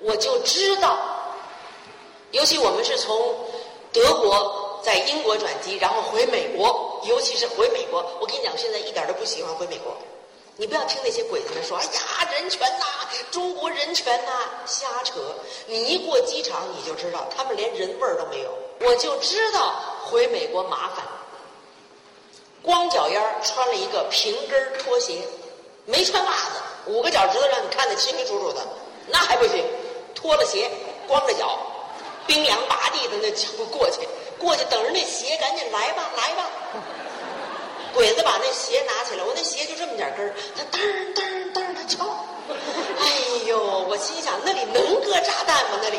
我就知道，尤其我们是从德国在英国转机，然后回美国，尤其是回美国，我跟你讲，现在一点都不喜欢回美国。你不要听那些鬼子们说，哎呀，人权呐，中国人权呐，瞎扯。你一过机场你就知道，他们连人味儿都没有。我就知道回美国麻烦。光脚丫穿了一个平跟拖鞋，没穿袜子，5个脚趾头让你看得清清楚楚的，那还不行。脱了鞋，光着脚，冰凉拔地的那过去等着那鞋赶紧来吧来吧。鬼子把那鞋拿起来，我那鞋就这么点根儿，他当当当他敲。哎呦，我心想那里能搁炸弹吗？那里。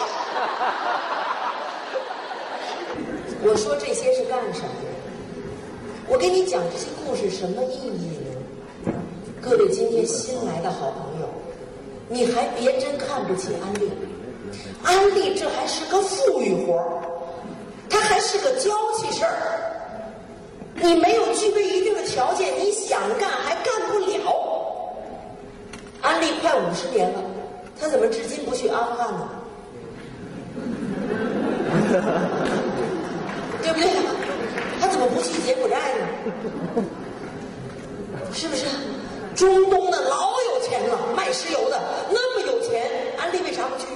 我说这些是干什么的？我给你讲这些故事什么意义呢？各位今天新来的好朋友，你还别真看不起安利。安利这还是个富裕活儿，它还是个娇气事儿。你没有具备一定的条件，你想干还干不了。安利快50年了，他怎么至今不去阿富汗呢？对不对？他怎么不去柬埔寨呢？是不是？中东的老有钱了，卖石油的那么有钱，安利为啥不去？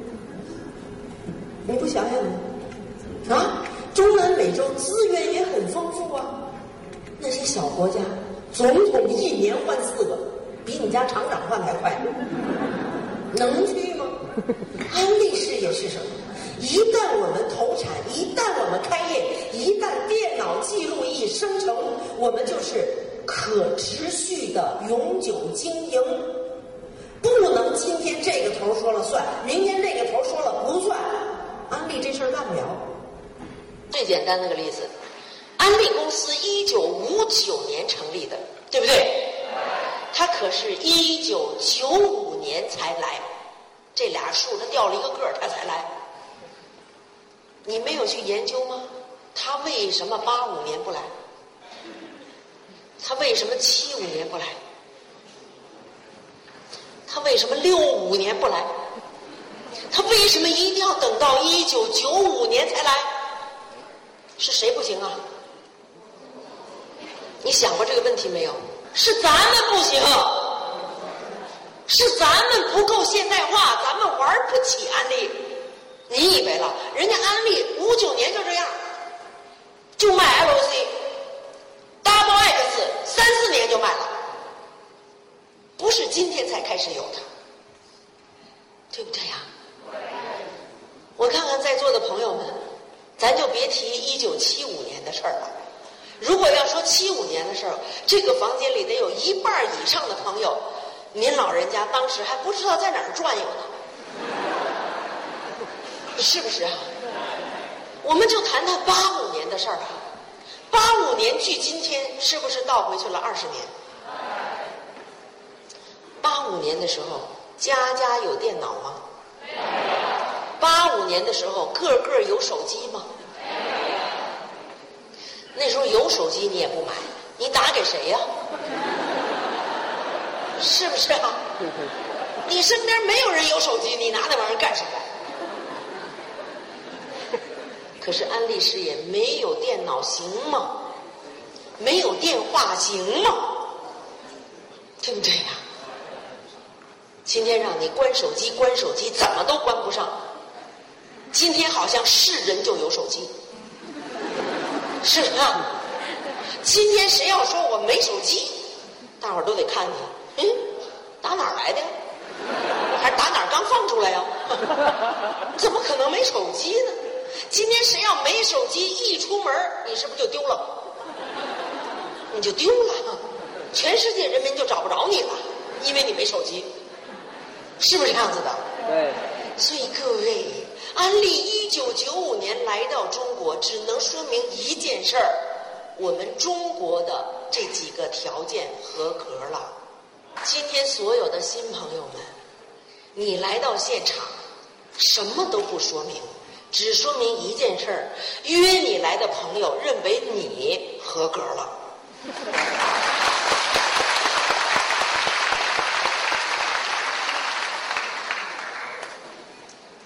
你不想想呢？啊？中南美洲资源也很丰富啊，那些小国家总统1年换4个，比你家厂长换还快，能去吗？安利事业是什么？一旦我们投产，一旦我们开业，一旦电脑记录仪生成，我们就是可持续的永久经营，不能今天这个头说了算，明天那个头说了不算。安利这事儿干不了。 最简单的个例子，安利公司1959年成立的，对不对？他可是1995年才来，这俩数他掉了一个个他才来。你没有去研究吗？他为什么85年不来？他为什么75年不来？他为什么65年不来？他为什么一定要等到1995年才来？是谁不行啊？你想过这个问题没有？是咱们不行，是咱们不够现代化，咱们玩不起安利。你以为了？人家安利59年就这样，就卖 LC、Double X，3、4年就卖了，不是今天才开始有的，对不对呀？我看看在座的朋友们，咱就别提1975年的事儿了。如果要说75年的事儿，这个房间里得有1半以上的朋友，您老人家当时还不知道在哪儿转悠呢，是不是啊？我们就谈谈85年的事儿吧。85年距今天是不是倒回去了20年？85年的时候，家家有电脑吗？85年的时候，个个有手机吗？那时候有手机你也不买，你打给谁呀？是不是啊？你身边没有人有手机，你拿那玩意儿干什么？可是安利事业没有电脑行吗？没有电话行吗？对不对呀？今天让你关手机，关手机怎么都关不上。今天好像是人就有手机，是吧？今天谁要说我没手机，大伙儿都得看你，打哪儿来的？还是打哪儿刚放出来呀？怎么可能没手机呢？今天谁要没手机，一出门你是不是就丢了？你就丢了，全世界人民就找不着你了，因为你没手机，是不是这样子的？ 对。 所以各位，安利1995年来到中国，只能说明一件事儿：我们中国的这几个条件合格了。今天所有的新朋友们，你来到现场，什么都不说明，只说明一件事儿：约你来的朋友认为你合格了。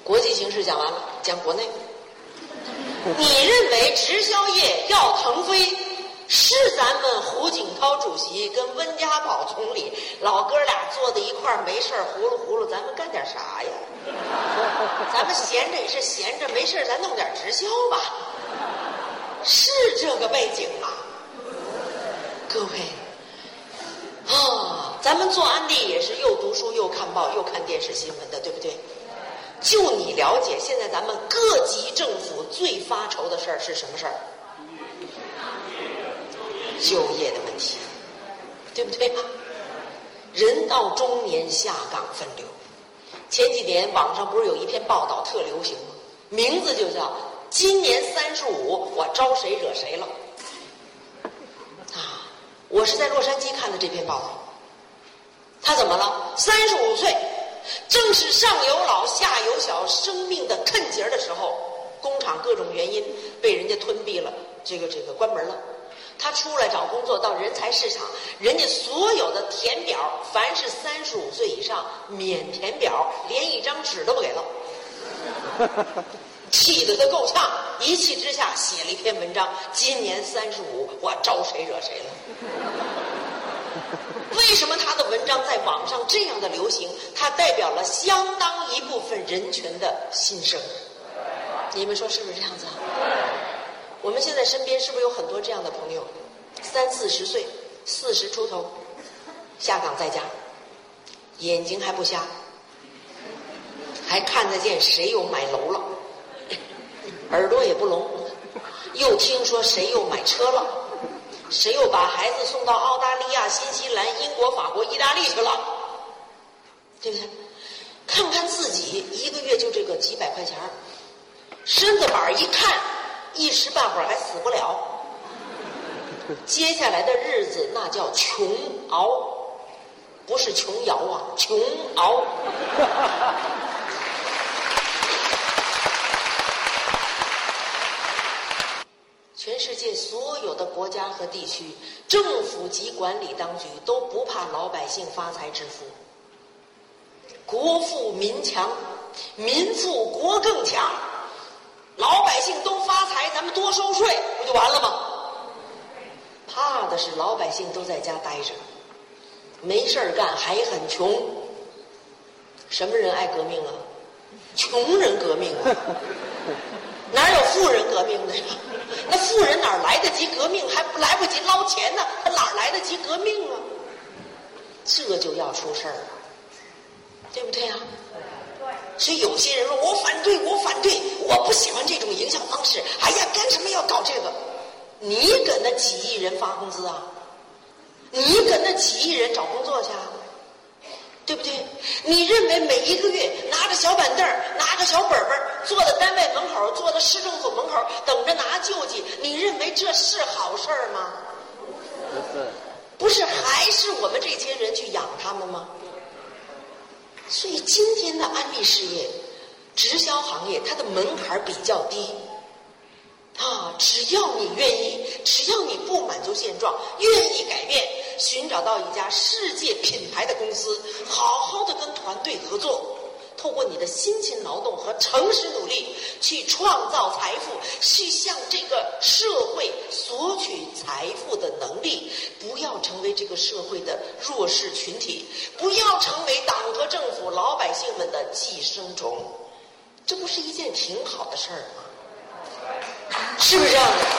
国际形势讲完了，讲国内。你认为直销业要腾飞，是咱们胡锦涛主席跟温家宝总理老哥俩坐在一块儿没事葫芦葫芦，咱们干点啥呀？咱们闲着也是闲着，没事咱弄点直销吧，是这个背景吗？各位啊，咱们做安利也是又读书又看报又看电视新闻的，对不对？就你了解，现在咱们各级政府最发愁的事儿是什么事儿？就业的问题，对不对啊？人到中年下岗分流。前几年网上不是有一篇报道特流行吗？名字就叫“今年35，我招谁惹谁了”。啊，我是在洛杉矶看的这篇报道。他怎么了？35岁。正是上有老下有小生命的啃节的时候，工厂各种原因被人家吞闭了，这个关门了。他出来找工作，到人才市场，人家所有的填表，凡是35岁以上免填表，连一张纸都不给了。气得他够呛，一气之下写了一篇文章：今年35，我招谁惹谁了。为什么他的文章在网上这样的流行？它代表了相当一部分人群的心声。你们说是不是这样子啊？我们现在身边是不是有很多这样的朋友？30-40岁，40出头，下岗在家，眼睛还不瞎，还看得见谁又买楼了，耳朵也不聋，又听说谁又买车了，谁又把孩子送到澳大利亚、新西兰、英国、法国、意大利去了，对不对？看看自己一个月就这个几百块钱，身子板一看，一时半会儿还死不了。接下来的日子那叫穷熬，不是琼瑶啊，穷熬。全世界所有的国家和地区，政府及管理当局都不怕老百姓发财致富。国富民强，民富国更强。老百姓都发财，咱们多收税，不就完了吗？怕的是老百姓都在家待着，没事儿干，还很穷。什么人爱革命啊？穷人革命啊！哪有富人革命的呀？那富人哪来得及革命？还来不及捞钱呢，他哪来得及革命啊？这就要出事儿了，对不对啊？所以有些人说我反对，我不喜欢这种营销方式。哎呀，干什么要搞这个？你跟那几亿人发工资啊？你跟那几亿人找工作去啊？对不对？你认为每一个月拿着小板凳，拿个小本本，坐在单位门口，坐在市政府门口，等着拿救济，你认为这是好事儿吗？不是，还是我们这些人去养他们吗？所以今天的安利事业、直销行业，它的门槛比较低啊，只要你愿意，只要你不满足现状，愿意改变，寻找到一家世界品牌的公司，好好的跟团队合作，透过你的辛勤劳动和诚实努力，去创造财富，去向这个社会索取财富的能力，不要成为这个社会的弱势群体，不要成为党和政府、老百姓们的寄生虫，这不是一件挺好的事儿吗？是不是这样的？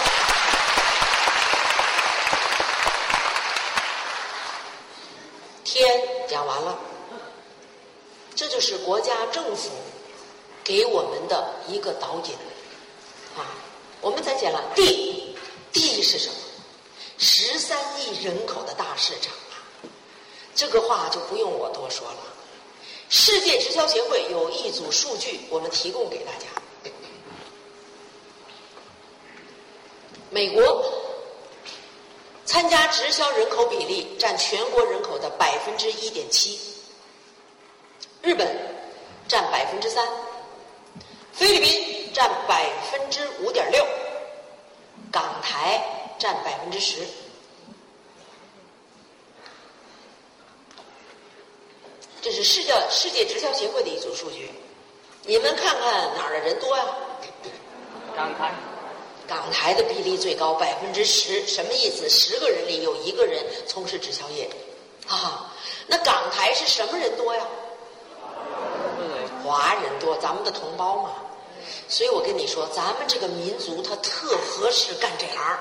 天讲完了，这就是国家政府给我们的一个导引啊。我们再讲了地是什么？13亿人口的大市场啊，这个话就不用我多说了。世界直销协会有一组数据，我们提供给大家。美国参加直销人口比例占全国人口的1.7%，日本占3%，菲律宾占5.6%，港台占10%。这是世界直销协会的一组数据。 你们看看哪儿的人多呀？港台的比例最高10%，什么意思？10个人里有1个人从事直销业，那港台是什么人多呀？华人多，咱们的同胞嘛。所以我跟你说，咱们这个民族他特合适干这行。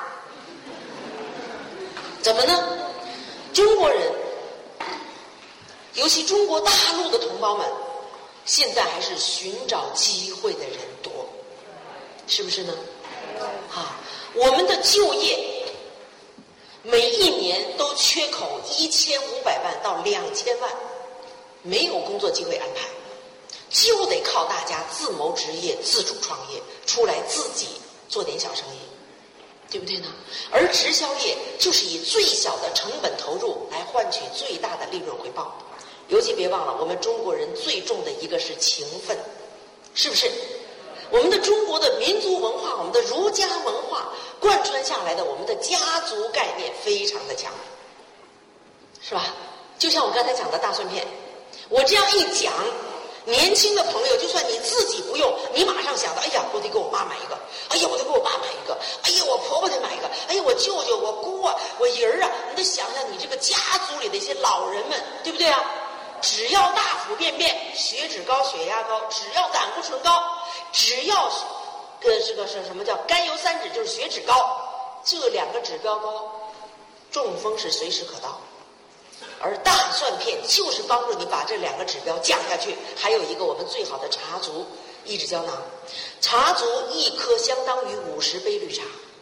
怎么呢？中国人，尤其中国大陆的同胞们，现在还是寻找机会的人多，是不是呢？我们的就业每一年都缺口1500万到2000万，没有工作机会安排，就得靠大家自谋职业、自主创业，出来自己做点小生意，对不对呢？而直销业就是以最小的成本投入来换取最大的利润回报。尤其别忘了，我们中国人最重的一个是情分，是不是？我们的中国的民族文化，我们的儒家文化贯穿下来的，我们的家族概念非常的强，是吧？就像我刚才讲的大蒜片，我这样一讲，年轻的朋友，就算你自己不用，你马上想到，哎呀，我得给我妈买一个，哎呀，我得给我爸买一个，哎呀，我婆婆得买一个，哎呀，我舅舅、我姑啊、我姨儿啊，你得想想你这个家族里的一些老人们，对不对啊？只要大腹便便，血脂高、血压高，只要胆固醇高，只要这个是什么叫甘油三酯，就是血脂高，这2个指标高，中风是随时可到。而大蒜片就是帮助你把这2个指标降下去。还有一个我们最好的茶足抑制胶囊，茶足1颗相当于50杯绿茶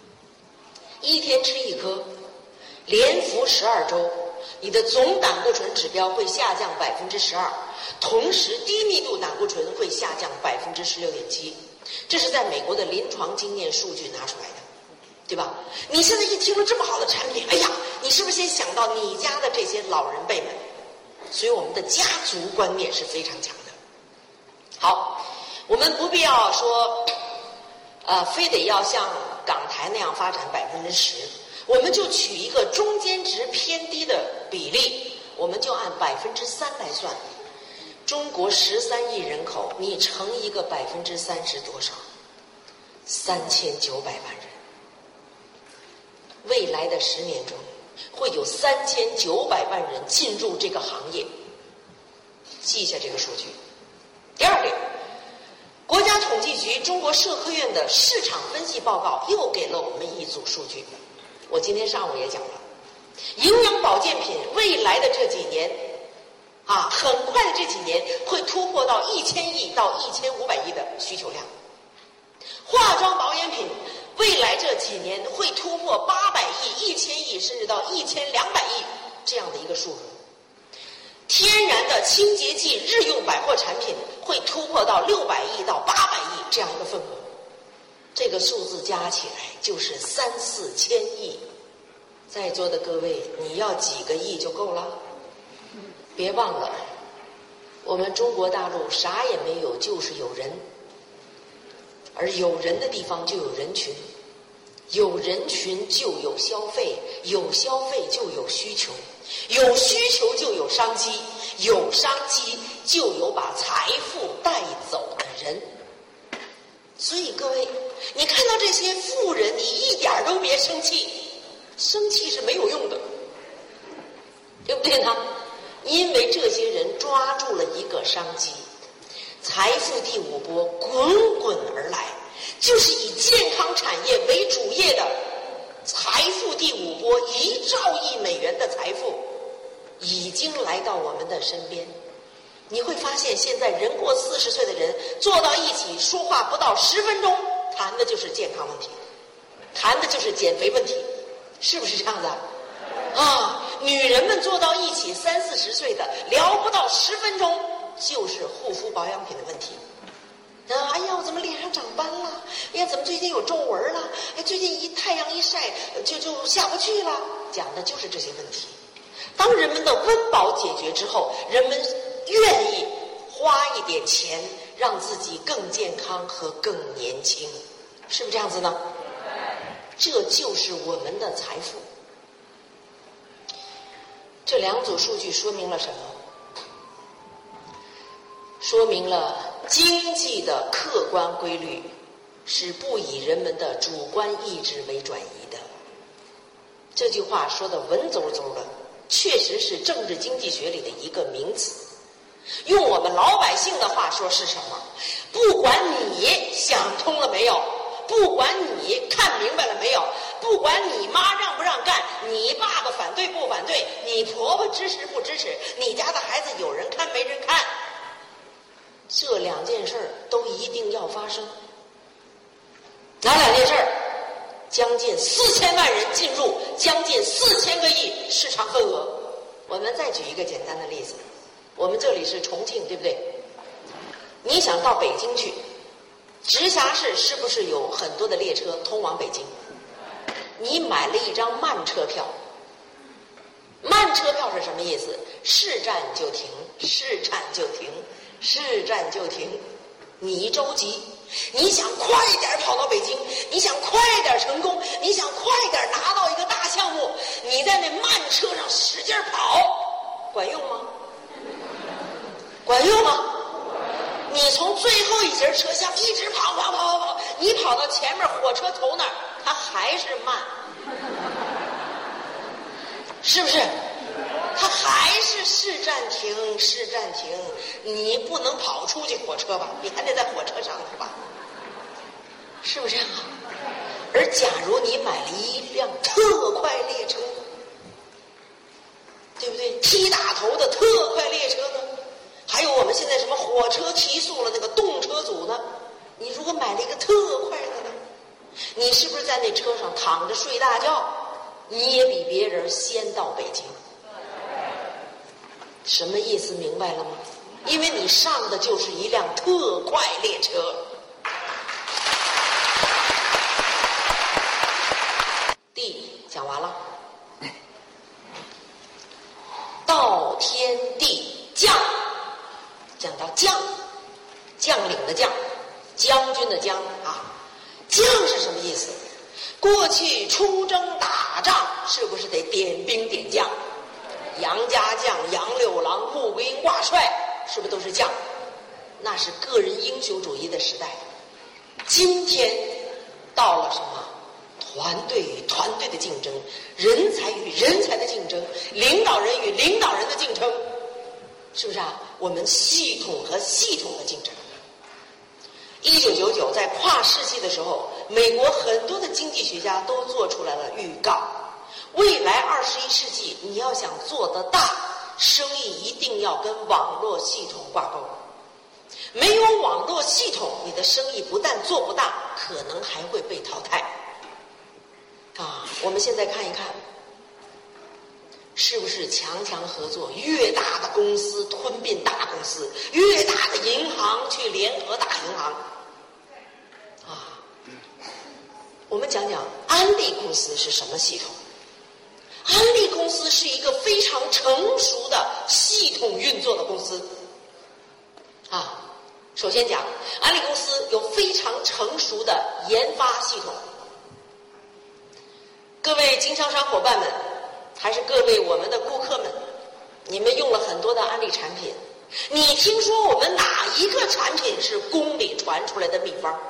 ，1天吃1颗，连服12周，你的总胆固醇指标会下降12%，同时低密度胆固醇会下降16.7%，这是在美国的临床经验数据拿出来的，对吧？你现在一听了这么好的产品，哎呀，你是不是先想到你家的这些老人辈们？所以我们的家族观念是非常强的。好，我们不必要说，非得要像港台那样发展10%。我们就取一个中间值偏低的比例，我们就按3%来算。中国13亿人口，你乘一个30%是多少？3900万人。未来的10年中，会有3900万人进入这个行业。记下这个数据。第二点，国家统计局中国社科院的市场分析报告又给了我们一组数据。我今天上午也讲了，营养保健品未来的这几年，很快的这几年会突破到1000亿到1500亿的需求量。化妆保养品未来这几年会突破800亿、1000亿，甚至到1200亿这样的一个数额。天然的清洁剂日用百货产品会突破到600亿到800亿这样一个份额。这个数字加起来就是3、4千亿，在座的各位，你要几个亿就够了？别忘了，我们中国大陆啥也没有，就是有人，而有人的地方就有人群，有人群就有消费，有消费就有需求，有需求就有商机，有商机就有把财富带走的人。所以各位，你看到这些富人，你一点都别生气，生气是没有用的，对不对呢？因为这些人抓住了一个商机，财富第5波滚滚而来，就是以健康产业为主业的财富第5波1兆亿美元的财富已经来到我们的身边。你会发现，现在人过40岁的人坐到一起说话不到10分钟，谈的就是健康问题，谈的就是减肥问题，是不是这样的？女人们坐到一起30、40岁的聊不到10分钟，就是护肤保养品的问题。哎呀，我怎么脸上长斑了？哎呀，怎么最近有皱纹了？哎，最近太阳一晒就下不去了。讲的就是这些问题。当人们的温饱解决之后，人们愿意花一点钱让自己更健康和更年轻，是不是这样子呢？这就是我们的财富。这2组数据说明了什么？ 说明了经济的客观规律是不以人们的主观意志为转移的。这句话说的文绉绉的，确实是政治经济学里的一个名词。用我们老百姓的话说是什么？不管你想通了没有，不管你看明白了没有，不管你妈让不让干，你爸爸反对不反对，你婆婆支持不支持，你家的孩子有人看没人看，这两件事都一定要发生。哪两件事？将近4000万人进入，将近4000个亿市场份额。我们再举一个简单的例子，我们这里是重庆，对不对？你想到北京去，直辖市是不是有很多的列车通往北京？你买了一张慢车票，慢车票是什么意思？是站就停，是站就停，是站就停。你一着急，你想快点跑到北京，你想快点成功，你想快点拿到一个大项目，你在那慢车上使劲跑，管用吗？管用吗？你从最后一节车厢一直跑，你跑到前面火车头那儿，它还是慢，是不是？它还是是站停，是站停。你不能跑出去火车吧？你还得在火车上头吧？是不是这样啊？而假如你买了一辆特快列车，对不对？T 打头的特快列车呢？还有我们现在什么火车提速了那个动车组呢？你如果买了一个特快的呢，你是不是在那车上躺着睡大觉，你也比别人先到北京？什么意思？明白了吗？因为你上的就是一辆特快列车。地讲完了，道天地将，讲到将，将领的将，将军的将啊。将是什么意思？过去出征打仗是不是得点兵点将？杨家将、杨六郎、穆桂英挂帅，是不是都是将？那是个人英雄主义的时代。今天到了什么？团队与团队的竞争，人才与人才的竞争，领导人与领导人的竞争，是不是啊？我们系统和系统的竞争。1999在跨世纪的时候，美国很多的经济学家都做出来了预告。未来21世纪，你要想做得大，生意一定要跟网络系统挂钩。没有网络系统，你的生意不但做不大，可能还会被淘汰。我们现在看一看，是不是强强合作？越大的公司吞并大公司，越大的银行去联合大银行。我们讲讲安利公司是什么系统？安利公司是一个非常成熟的系统运作的公司。首先讲，安利公司有非常成熟的研发系统。各位经销商伙伴们，还是各位我们的顾客们，你们用了很多的安利产品，你听说我们哪一个产品是宫里传出来的秘方？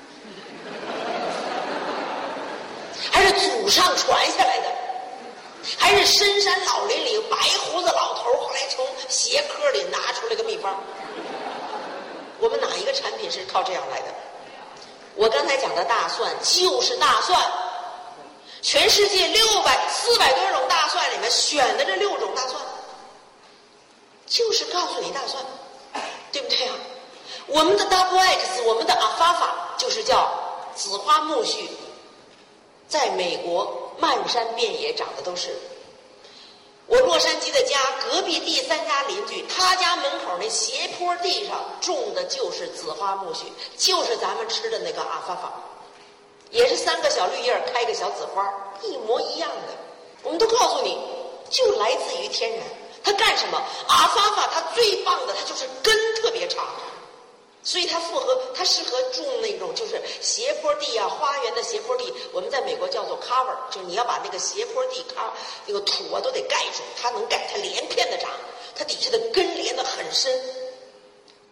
还是祖上传下来的？还是深山老林里白胡子老头后来从鞋壳里拿出来个秘方？我们哪一个产品是靠这样来的？我刚才讲的大蒜就是大蒜，全世界400多种大蒜里面选的这6种大蒜，就是告诉你大蒜，对不对啊？我们的 Double X， 我们的 Alfalfa 就是叫紫花苜蓿，在美国漫山遍野长的都是。我洛杉矶的家隔壁第3家邻居，他家门口那斜坡地上种的就是紫花苜蓿，就是咱们吃的那个阿法法，也是3个小绿叶开个小紫花，一模一样的。我们都告诉你，就来自于天然。它干什么？阿法法它最棒的，它就是根特别长，所以它适合种那种就是斜坡地啊，花园的斜坡地，我们在美国叫做 cover， 就是你要把那个斜坡地那个土啊都得盖住，它能盖，它连片的长，它底下的根连得很深。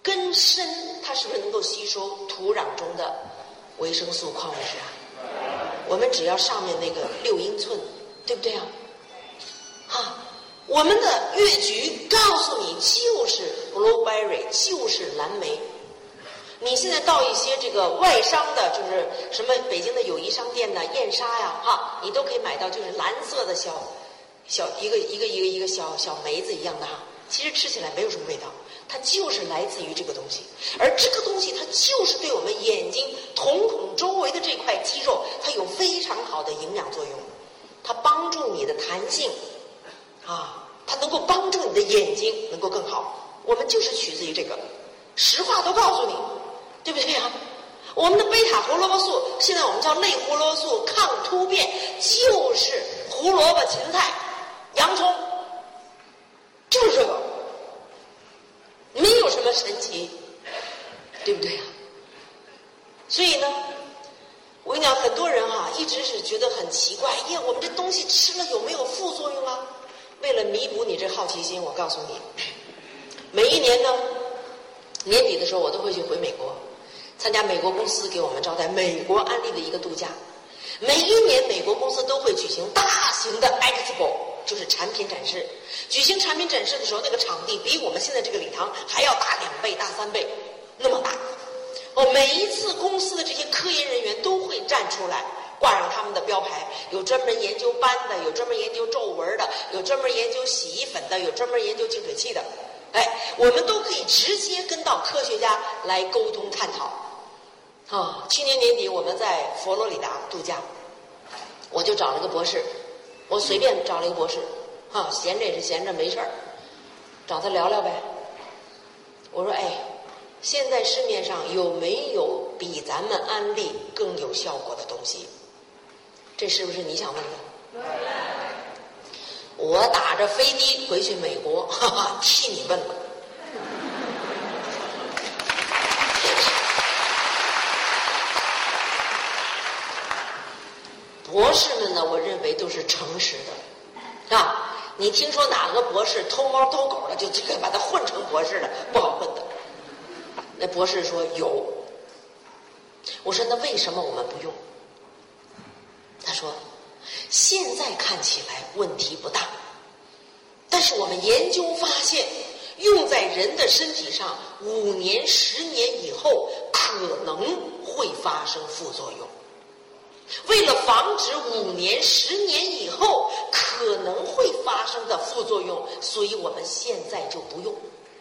根深，它是不是能够吸收土壤中的维生素、矿物质啊？我们只要上面那个6英寸，对不对啊？我们的越橘告诉你就是 blueberry， 就是蓝莓。你现在到一些这个外商的，就是什么北京的友谊商店呐、燕莎呀，你都可以买到，就是蓝色的小一个小梅子一样的其实吃起来没有什么味道，它就是来自于这个东西，而这个东西它就是对我们眼睛瞳孔周围的这块肌肉，它有非常好的营养作用，它帮助你的弹性它能够帮助你的眼睛能够更好。我们就是取自于这个，实话都告诉你，对不对啊？我们的贝塔胡萝卜素，现在我们叫类胡萝卜素抗突变，就是胡萝卜、芹菜、洋葱，就是这个，没有什么神奇，对不对啊？所以呢，我跟你讲，很多人一直是觉得很奇怪，我们这东西吃了有没有副作用啊？为了弥补你这好奇心，我告诉你，每一年呢，年底的时候我都会去回美国，参加美国公司给我们招待美国安利的一个度假。每一年美国公司都会举行大型的 expo， 就是产品展示。举行产品展示的时候，那个场地比我们现在这个礼堂还要大2倍、大3倍，那么大。每一次公司的这些科研人员都会站出来，挂上他们的标牌，有专门研究斑的，有专门研究皱纹的，有专门研究洗衣粉的，有专门研究净水器的。我们都可以直接跟到科学家来沟通探讨。去年年底我们在佛罗里达度假，我就找了个博士，我随便找了一个博士，闲着也是闲着没事儿，找他聊聊呗。我说现在市面上有没有比咱们安利更有效果的东西？这是不是你想问的？我打着飞的回去美国，替你问了。博士们呢，我认为都是诚实的，你听说哪个博士偷猫偷狗的，就这个把他混成博士了，不好混的。那博士说有。我说那为什么我们不用？他说现在看起来问题不大，但是我们研究发现，用在人的身体上5年、10年以后可能会发生副作用。为了防止5年、10年以后可能会发生的副作用，所以我们现在就不用。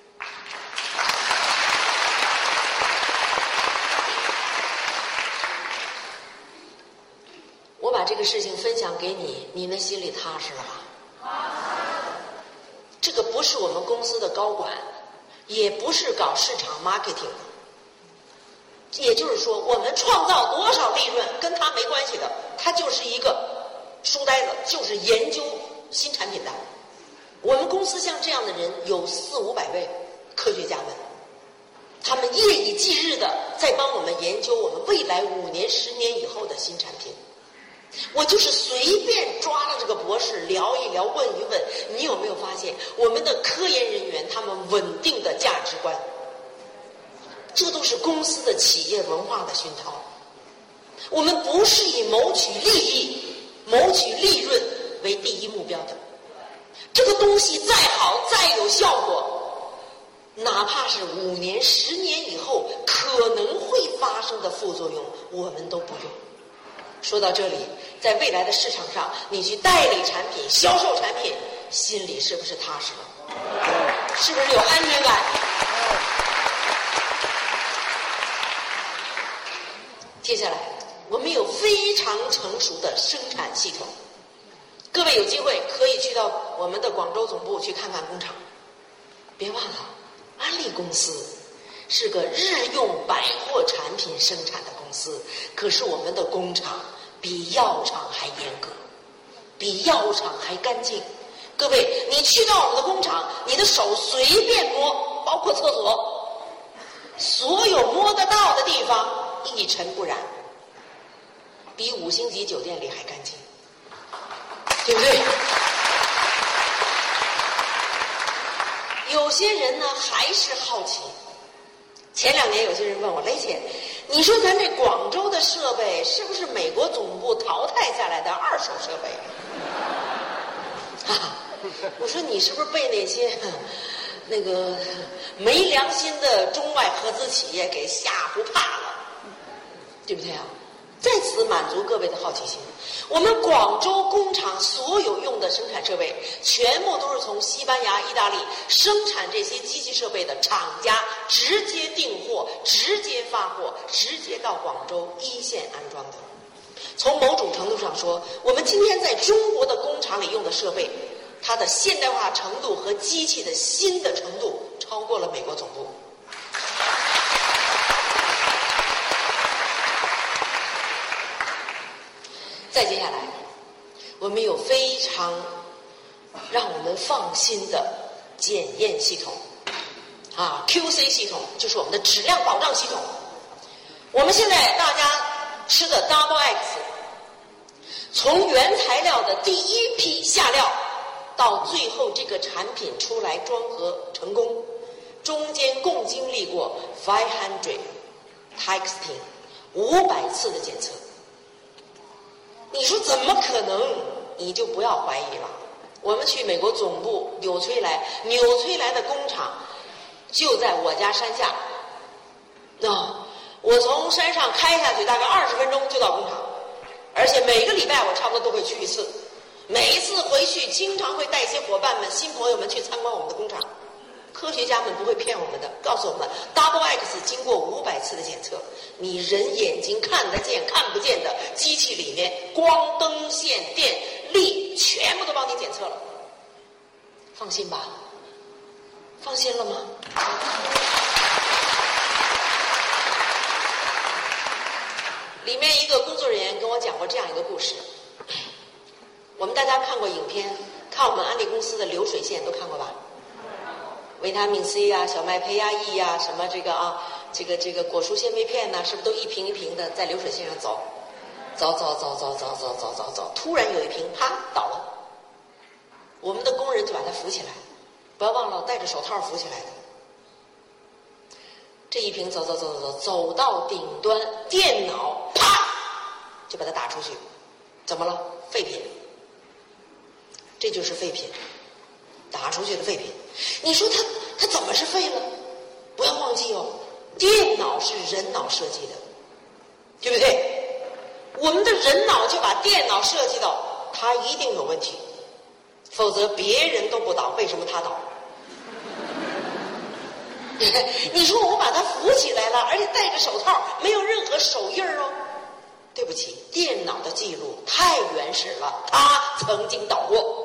我把这个事情分享给你，你们心里踏实了吧？这个不是我们公司的高管，也不是搞市场 marketing 的，也就是说，我们创造多少利润跟他没关系的，他就是一个书呆子，就是研究新产品的。我们公司像这样的人有400-500位科学家们，他们夜以继日的在帮我们研究我们未来5年、10年以后的新产品。我就是随便抓了这个博士聊一聊，问一问，你有没有发现我们的科研人员他们稳定的价值观，这都是公司的企业文化的熏陶。我们不是以谋取利益、谋取利润为第一目标的。这个东西再好再有效果，哪怕是5年、10年以后可能会发生的副作用，我们都不用。说到这里，在未来的市场上，你去代理产品、销售产品，心里是不是踏实了？是不是有安全感？接下来，我们有非常成熟的生产系统。各位有机会可以去到我们的广州总部去看看工厂。别忘了，安利公司是个日用百货产品生产的公司，可是我们的工厂比药厂还严格，比药厂还干净。各位，你去到我们的工厂，你的手随便摸，包括厕所，所有摸得到的地方一尘不染，比5星级酒店里还干净，对不对？有些人呢还是好奇， 前2年有些人问我，雷姐，你说咱这广州的设备是不是美国总部淘汰下来的2手设备？我说你是不是被那些那个没良心的中外合资企业给吓唬怕了，对不对啊？在此满足各位的好奇心，我们广州工厂所有用的生产设备，全部都是从西班牙、意大利生产这些机器设备的厂家直接订货、直接发货、直接到广州一线安装的。从某种程度上说，我们今天在中国的工厂里用的设备，它的现代化程度和机器的新的程度超过了美国总部。再接下来，我们有非常让我们放心的检验系统，QC 系统就是我们的质量保障系统。我们现在大家吃的 Double X， 从原材料的第1批下料到最后这个产品出来装盒成功，中间共经历过500 testing 500次的检测。你说怎么可能？你就不要怀疑了。我们去美国总部纽崔莱的工厂就在我家山下。我从山上开下去大概20分钟就到工厂，而且每个礼拜我差不多都会去1次。每一次回去，经常会带一些伙伴们、新朋友们去参观我们的工厂。科学家们不会骗我们的，告诉我们 Double X 经过500次的检测，你人眼睛看得见、看不见的机器里面，光、灯、线、电、力全部都帮你检测了。放心吧，放心了吗？里面一个工作人员跟我讲过这样一个故事。我们大家看过影片，看我们安利公司的流水线都看过吧？维他命 C 啊，小麦胚芽液啊，什么这个果蔬纤维片呐，是不是都一瓶一瓶的在流水线上走？突然有一瓶啪倒了，我们的工人就把它扶起来，不要忘了戴着手套扶起来的。这一瓶走到顶端，电脑啪就把它打出去，怎么了？废品。这就是废品，打出去的废品。你说它怎么是废了？不要忘记哦，电脑是人脑设计的，对不对？我们的人脑就把电脑设计到它一定有问题，否则别人都不倒，为什么他倒？你说我把它扶起来了，而且戴着手套，没有任何手印哦。对不起，电脑的记录太原始了，它曾经倒过。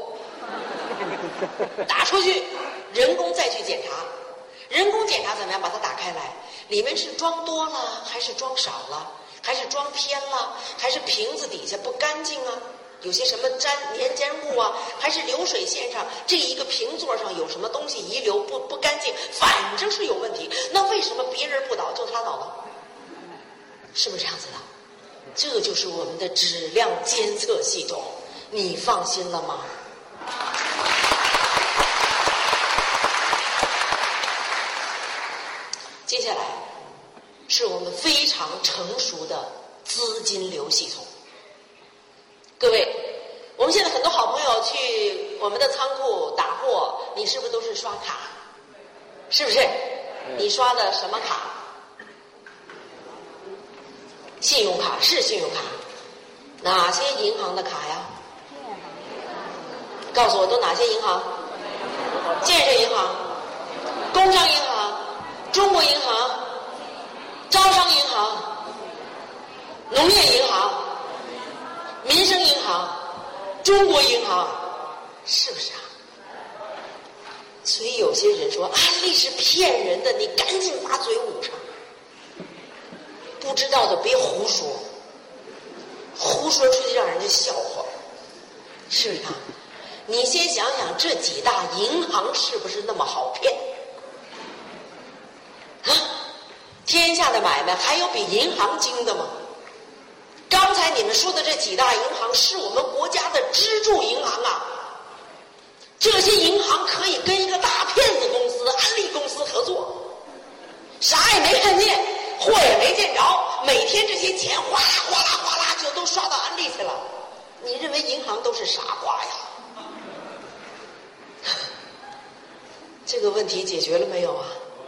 打出去，人工再去检查，人工检查怎么样？把它打开来，里面是装多了还是装少了，还是装偏了，还是瓶子底下不干净啊？有些什么粘粘物啊，还是流水线上这一个瓶座上有什么东西遗留不干净，反正是有问题。那为什么别人不倒就他倒了？是不是这样子的？这就是我们的质量监测系统，你放心了吗？接下来是我们非常成熟的资金流系统。各位，我们现在很多好朋友去我们的仓库打货，你是不是都是刷卡？是不是？你刷的什么卡？信用卡，是信用卡。哪些银行的卡呀？告诉我都哪些银行？建设银行、工商银行、中国银行、招商银行、农业银行、民生银行、中国银行，是不是啊？所以有些人说安利是骗人的，你赶紧把嘴捂上。不知道的别胡说，胡说出去让人家笑话，是不是啊？你先想想这几大银行是不是那么好骗啊？天下的买卖还有比银行精的吗？刚才你们说的这几大银行是我们国家的支柱银行啊，这些银行可以跟一个大骗子公司安利公司合作， 啥也没看见，货也没见着，每天这些钱哗啦哗啦哗啦就都刷到安利去了。你认为银行都是傻瓜呀？这个问题解决了没有啊？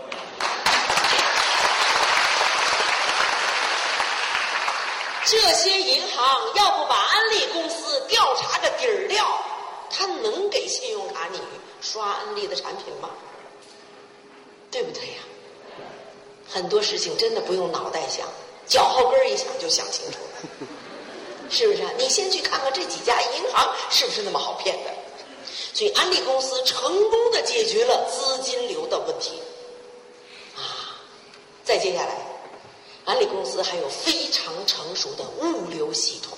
这些银行要不把安利公司调查个底儿掉，他能给信用卡你刷安利的产品吗？对不对呀？很多事情真的不用脑袋想，脚后跟一想就想清楚了，是不是啊？你先去看看这几家银行是不是那么好骗的。所以安利公司成功的解决了资金流的问题啊。再接下来，安利公司还有非常成熟的物流系统。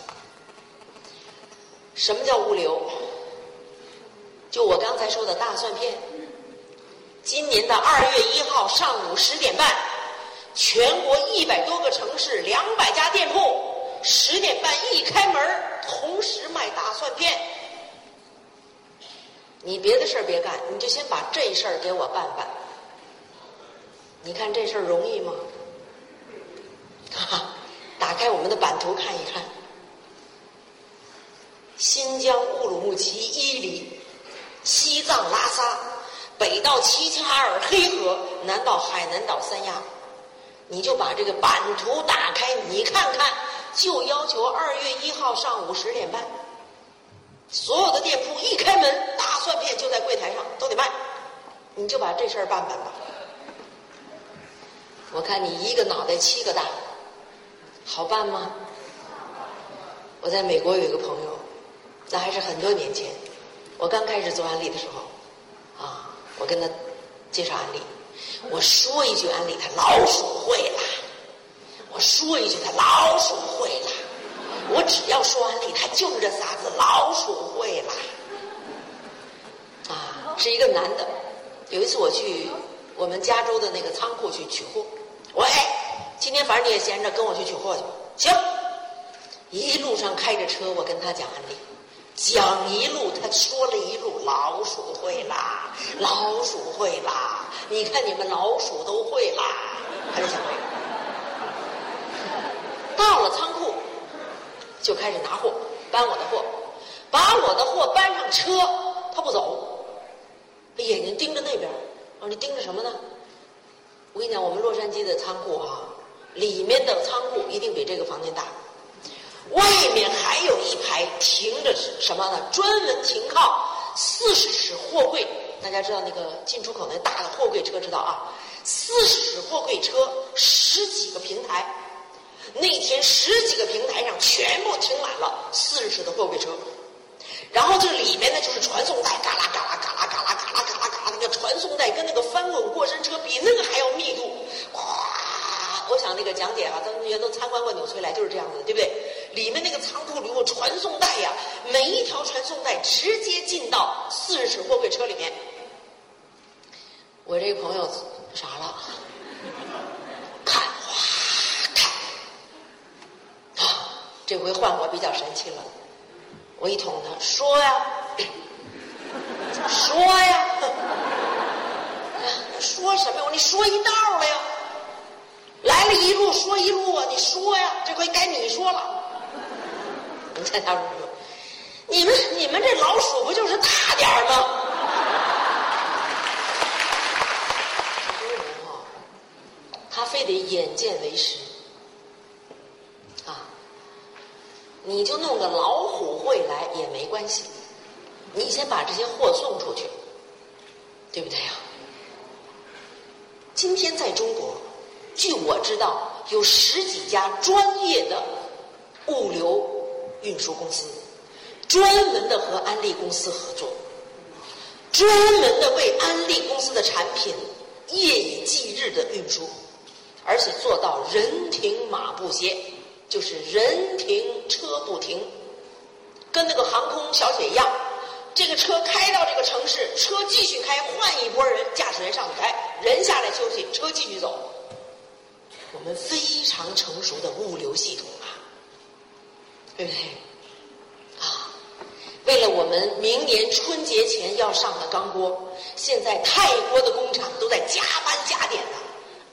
什么叫物流？就我刚才说的大蒜片，今年的2月1号上午10点半，全国100多个城市200家店铺10点半一开门，同时卖大蒜片。你别的事儿别干，你就先把这事儿给我办办。你看这事儿容易吗？哈哈，打开我们的版图看一看，新疆乌鲁木齐伊犁，西藏拉萨，北到齐齐哈尔黑河，南到海南岛三亚，你就把这个版图打开，你看看，就要求2月1号上午10点半，所有的店铺一开门，大蒜片就在柜台上都得卖，你就把这事儿办办吧。我看你一个脑袋7个大，好办吗？我在美国有一个朋友，那还是很多年前，我刚开始做安利的时候，啊，我跟他介绍安利，我说一句安利，他老鼠会了；我说一句，他老鼠会了。我只要说安利，他就是这仨字，老鼠会了。啊，是一个男的。有一次我去我们加州的那个仓库去取货，我今天反正你也闲着，跟我去取货去。行，一路上开着车，我跟他讲安利，讲一路，他说了一路，老鼠会啦，老鼠会啦，你看你们老鼠都会啦，他就讲这个。到了仓库，就开始拿货，搬我的货，把我的货搬上车，他不走，眼睛盯着那边。你盯着什么呢？我跟你讲，我们洛杉矶的仓库啊，里面的仓库一定比这个房间大，外面还有一排停着什么呢？专门停靠40尺货柜。大家知道那个进出口那大的货柜车知道啊？40尺货柜车10几个平台，那天10几个平台上全部停满了40尺的货柜车，然后这里面呢就是传送带，嘎啦嘎啦嘎啦嘎啦嘎啦嘎啦嘎啦，那个传送带跟那个翻滚过山车比那个还要密度，哗！我想那个讲解啊，咱们原都参观过纽崔莱，就是这样子的，对不对？里面那个仓库里有传送带呀，每一条传送带直接进到40尺货柜车里面。我这个朋友傻了，看哗看，啊，这回换我比较神气了。我一捅他，说呀，说呀，说什么呀？你说一道了呀，来了一路说一路啊，你说呀，这回该你说了。你看他说，你们这老鼠不就是大点儿吗？很多人啊，他非得眼见为实啊。你就弄个老虎会来也没关系，你先把这些货送出去，对不对呀？今天在中国，据我知道有10几家专业的物流运输公司，专门的和安利公司合作，专门的为安利公司的产品夜以继日的运输，而且做到人停马不歇，就是人停车不停，跟那个航空小姐一样，这个车开到这个城市，车继续开，换一拨人，驾驶员上去开，人下来休息，车继续走。我们非常成熟的物流系统啊，对不对？啊，为了我们明年春节前要上的钢锅，现在泰国的工厂都在加班加点的，安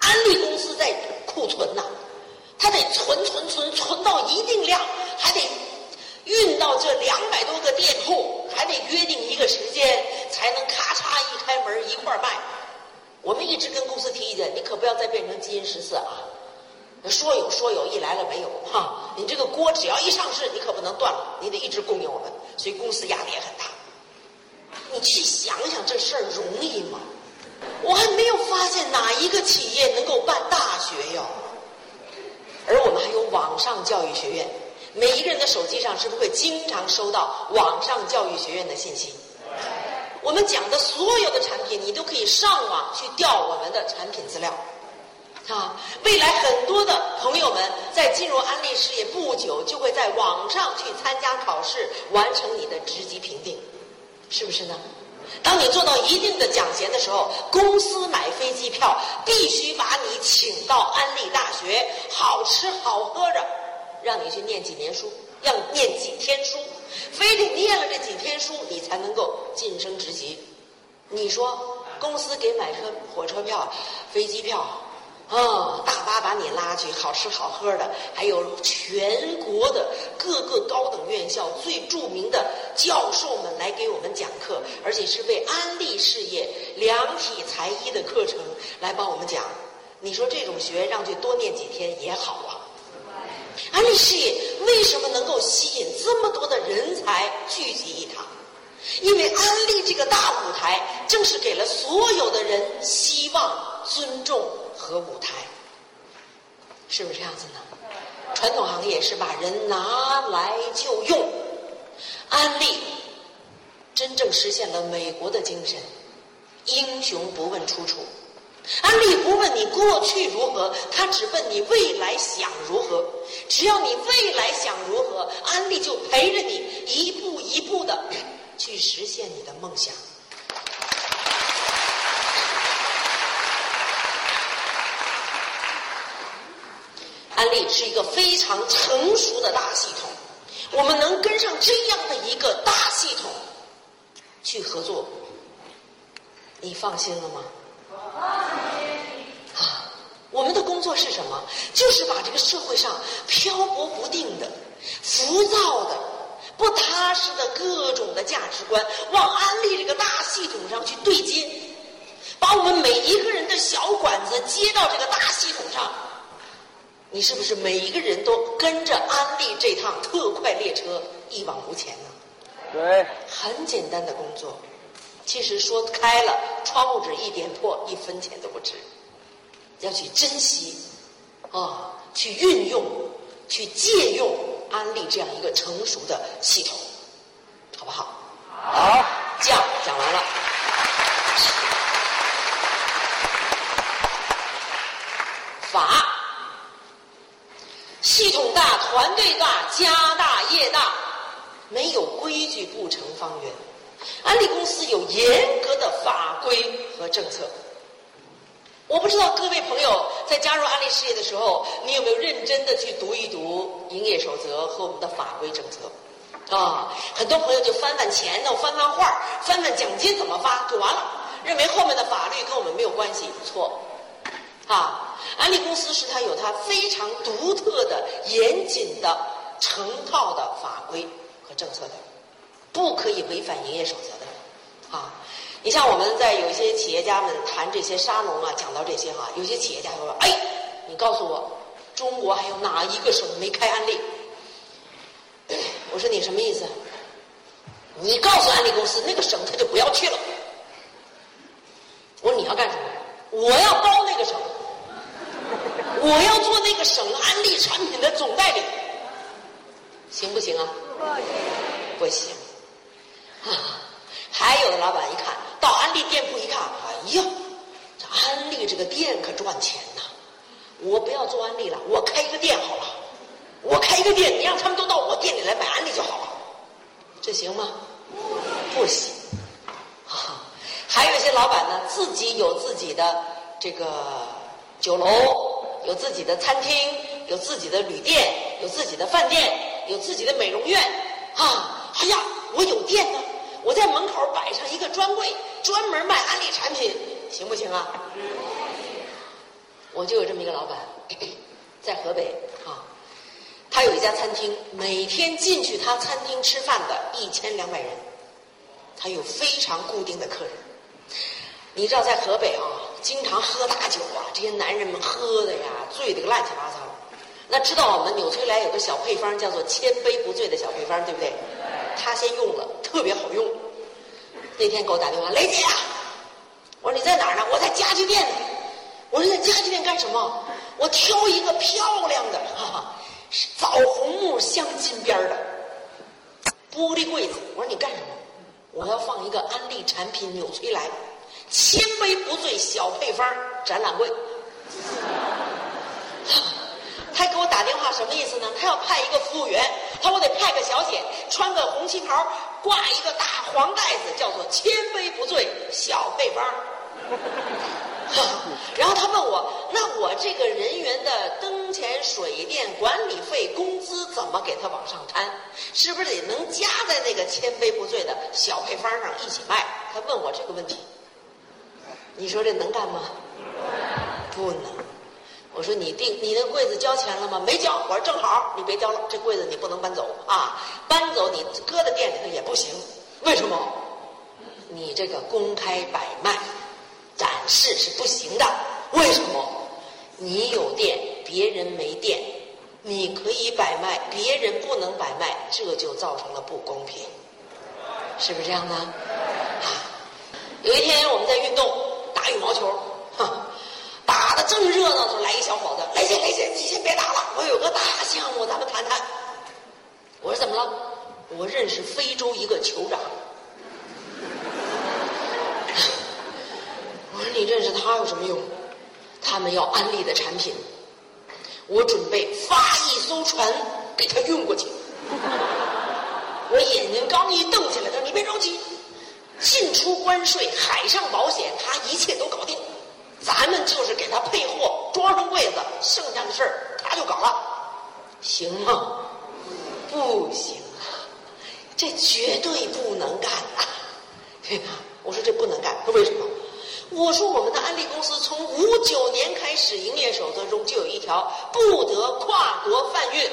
安利公司在库存呐，它得存到一定量，还得运到这200多个店铺，还得约定一个时间，才能咔嚓一开门一块卖。我们一直跟公司提意见，你可不要再变成基因14啊！说有，一来了没有哈！你这个锅只要一上市，你可不能断了，你得一直供应我们，所以公司压力也很大。你去想想这事儿容易吗？我还没有发现哪一个企业能够办大学哟。而我们还有网上教育学院，每一个人的手机上是不是会经常收到网上教育学院的信息？我们讲的所有的产品，你都可以上网去调我们的产品资料。未来很多的朋友们在进入安利事业不久，就会在网上去参加考试，完成你的职级评定，是不是呢？当你做到一定的奖衔的时候，公司买飞机票必须把你请到安利大学，好吃好喝着，让你去念几年书，要念几天书，非得念了这几天书，你才能够晋升职级。你说公司给买火车票、飞机票大巴把你拉去，好吃好喝的，还有全国的各个高等院校最著名的教授们来给我们讲课，而且是为安利事业量体裁衣的课程来帮我们讲。你说这种学让去多念几天也好啊。安利事业为什么能够吸引这么多的人才聚集一堂？因为安利这个大舞台正是给了所有的人希望、尊重和舞台，是不是这样子呢？传统行业是把人拿来就用，安利真正实现了美国的精神，英雄不问出处。安利不问你过去如何，他只问你未来想如何。只要你未来想如何，安利就陪着你一步一步的去实现你的梦想。安利是一个非常成熟的大系统，我们能跟上这样的一个大系统去合作，你放心了吗？我们的工作是什么？就是把这个社会上漂泊不定的、浮躁的、不踏实的各种的价值观，往安利这个大系统上去对接，把我们每一个人的小管子接到这个大系统上。你是不是每一个人都跟着安利这趟特快列车一往无前呢？ 对， 很简单的工作，其实说开了，窗户纸一点破，1分钱都不值。要去珍惜去运用、去借用安利这样一个成熟的系统，好不好？ 好， 讲完了。法，系统大，团队大，家大业大，没有规矩不成方圆。安利公司有严格的法规和政策。我不知道各位朋友在加入安利事业的时候，你有没有认真的去读一读营业守则和我们的法规政策很多朋友就翻翻钱呢，翻翻画，翻翻奖金怎么发就完了，认为后面的法律跟我们没有关系。错安利公司是它有它非常独特的严谨的成套的法规和政策的，不可以违反营业守则的你像我们在有一些企业家们谈这些沙龙讲到这些有些企业家说你告诉我中国还有哪一个省没开安利？我说你什么意思？你告诉安利公司那个省他就不要去了。我说你要干什么？我要包那个省，我要做那个省安利产品的总代理，行不行啊？不行还有的老板一看到安利店铺一看，哎呀，这安利这个店可赚钱呐！我不要做安利了，我开一个店好了。我开一个店，你让他们都到我店里来买安利就好了，这行吗？不行还有一些老板呢，自己有自己的这个酒楼，有自己的餐厅，有自己的旅店，有自己的饭店，有自己的美容院哎呀，我有店呢，我在门口摆上一个专柜，专门卖安利产品，行不行啊？ 我就有这么一个老板，在河北啊，他有一家餐厅，每天进去他餐厅吃饭的1200人，他有非常固定的客人。你知道在河北啊，经常喝大酒啊，这些男人们喝的呀，醉得个乱七八糟。那知道我们纽崔莱有个小配方叫做千杯不醉的小配方，对不对？他先用了，特别好用。那天给我打电话，雷姐啊，我说你在哪儿呢？我在家具店呢。我说在家具店干什么？我挑一个漂亮的枣红木镶金边的玻璃柜子。我说你干什么？我要放一个安利产品纽崔莱千杯不醉小配方展览柜。他给我打电话什么意思呢？他要派一个服务员，他说我得派个小姐穿个红旗袍，挂一个大黄袋子，叫做千杯不醉小配方。然后他问我，那我这个人员的灯钱水电管理费工资怎么给他往上摊？是不是得能加在那个千杯不醉的小配方上一起卖？他问我这个问题，你说这能干吗？不能。我说你那柜子交钱了吗？没交。我说正好，你别交了，这柜子你不能搬走啊，搬走你搁在店里头也不行。为什么？你这个公开摆卖展示是不行的。为什么？你有店，别人没店，你可以摆卖，别人不能摆卖，这就造成了不公平，是不是这样呢？有一天我们在运动，打羽毛球，打得正热闹的时候，来一小伙子，雷姐，你先别打了，我有个大项目，咱们谈谈。我说怎么了？我认识非洲一个酋长。我说你认识他有什么用？他们要安利的产品，我准备发一艘船给他运过去。我眼睛刚一瞪起来，他说你别着急，进出关税、海上保险，他一切都搞定。咱们就是给他配货，装上柜子，剩下的事儿他就搞了，行吗？不行啊，这绝对不能干啊！我说这不能干，他为什么？我说我们的安利公司从59年开始，营业守则中就有一条，不得跨国贩运。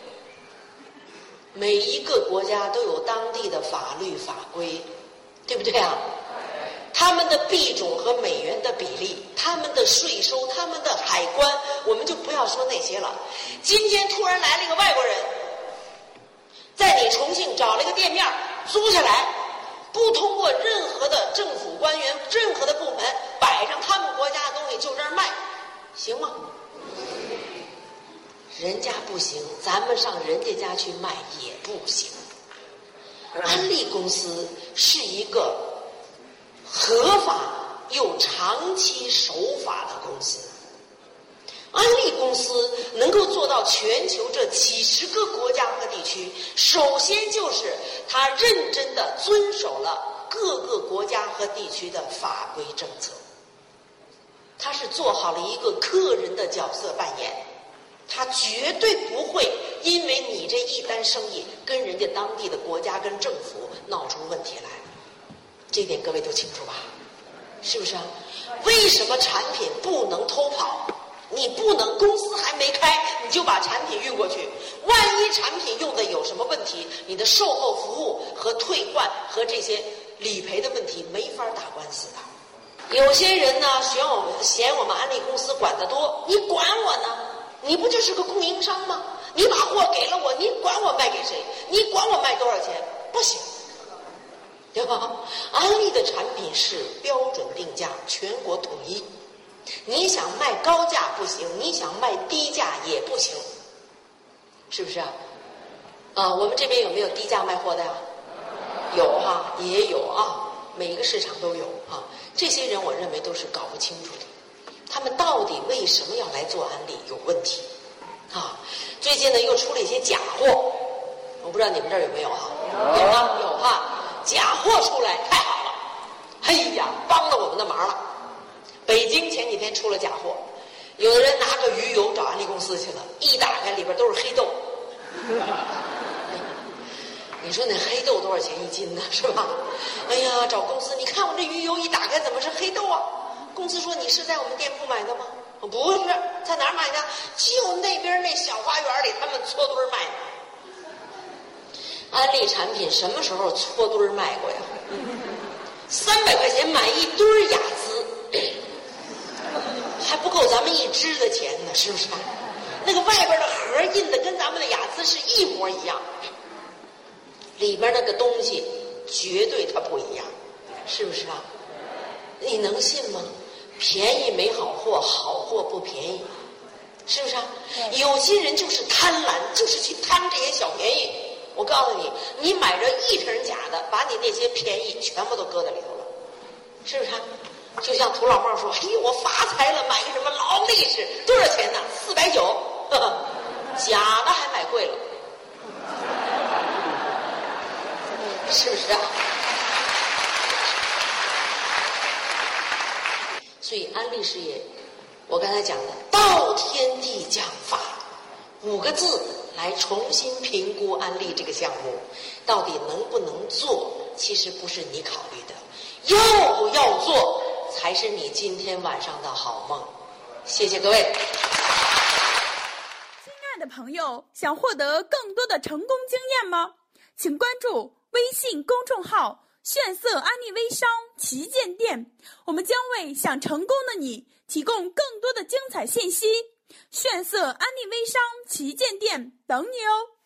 每一个国家都有当地的法律法规，对不对啊？他们的币种和美元的比例，他们的税收，他们的海关，我们就不要说那些了。今天突然来了一个外国人，在你重庆找了一个店面租下来，不通过任何的政府官员、任何的部门摆上他们国家的东西就这儿卖，行吗？人家不行，咱们上人家家去卖也不行。安利公司是一个合法又长期守法的公司。安利公司能够做到全球这几十个国家和地区，首先就是他认真地遵守了各个国家和地区的法规政策，他是做好了一个客人的角色扮演，他绝对不会因为你这一单生意跟人家当地的国家跟政府闹出问题来，这点各位都清楚吧？是不是啊？为什么产品不能偷跑？你不能公司还没开你就把产品运过去，万一产品用的有什么问题，你的售后服务和退换和这些理赔的问题没法打官司的。有些人呢嫌我们安利公司管得多，你管我呢？你不就是个供应商吗？你把货给了我，你管我卖给谁？你管我卖多少钱？不行，对吧？安利的产品是标准定价，全国统一。你想卖高价不行，你想卖低价也不行，是不是啊？我们这边有没有低价卖货的呀？有哈，也有啊，每个市场都有啊。这些人我认为都是搞不清楚的，他们到底为什么要来做安利有问题啊？最近呢又出了一些假货，我不知道你们这儿有没有哈？有吗？有哈，假货出来太好了，哎呀，帮了我们的忙了。北京前几天出了假货，有的人拿个鱼油找安利公司去了，一打开里边都是黑豆。你说那黑豆多少钱一斤呢？是吧？哎呀，找公司，你看我这鱼油一打开怎么是黑豆啊？公司说你是在我们店铺买的吗？ 不是，在哪儿买呢？就那边那小花园里，他们搓堆卖呢。安利产品什么时候搓堆卖过呀？300块钱买一堆雅姿，还不够咱们一支的钱呢，是不是？那个外边的盒印的跟咱们的雅姿是一模一样，里边那个东西绝对它不一样，是不是啊？你能信吗？便宜没好货，好货不便宜，是不是啊？有些人就是贪婪，就是去贪这些小便宜。我告诉你，你买着1瓶假的，把你那些便宜全部都搁在里头了，是不是啊？就像土老帽说：“嘿，我发财了，买个什么劳力士，多少钱呢？490，假的还买贵了，是不是啊？”所以安利事业，我刚才讲的道天地将法5个字来重新评估安利这个项目到底能不能做，其实不是你考虑的，要不要做才是你今天晚上的好梦。谢谢各位。 亲爱的朋友，想获得更多的成功经验吗？请关注微信公众号炫色安利微商旗舰店，我们将为想成功的你提供更多的精彩信息。炫色安利微商旗舰店等你哦。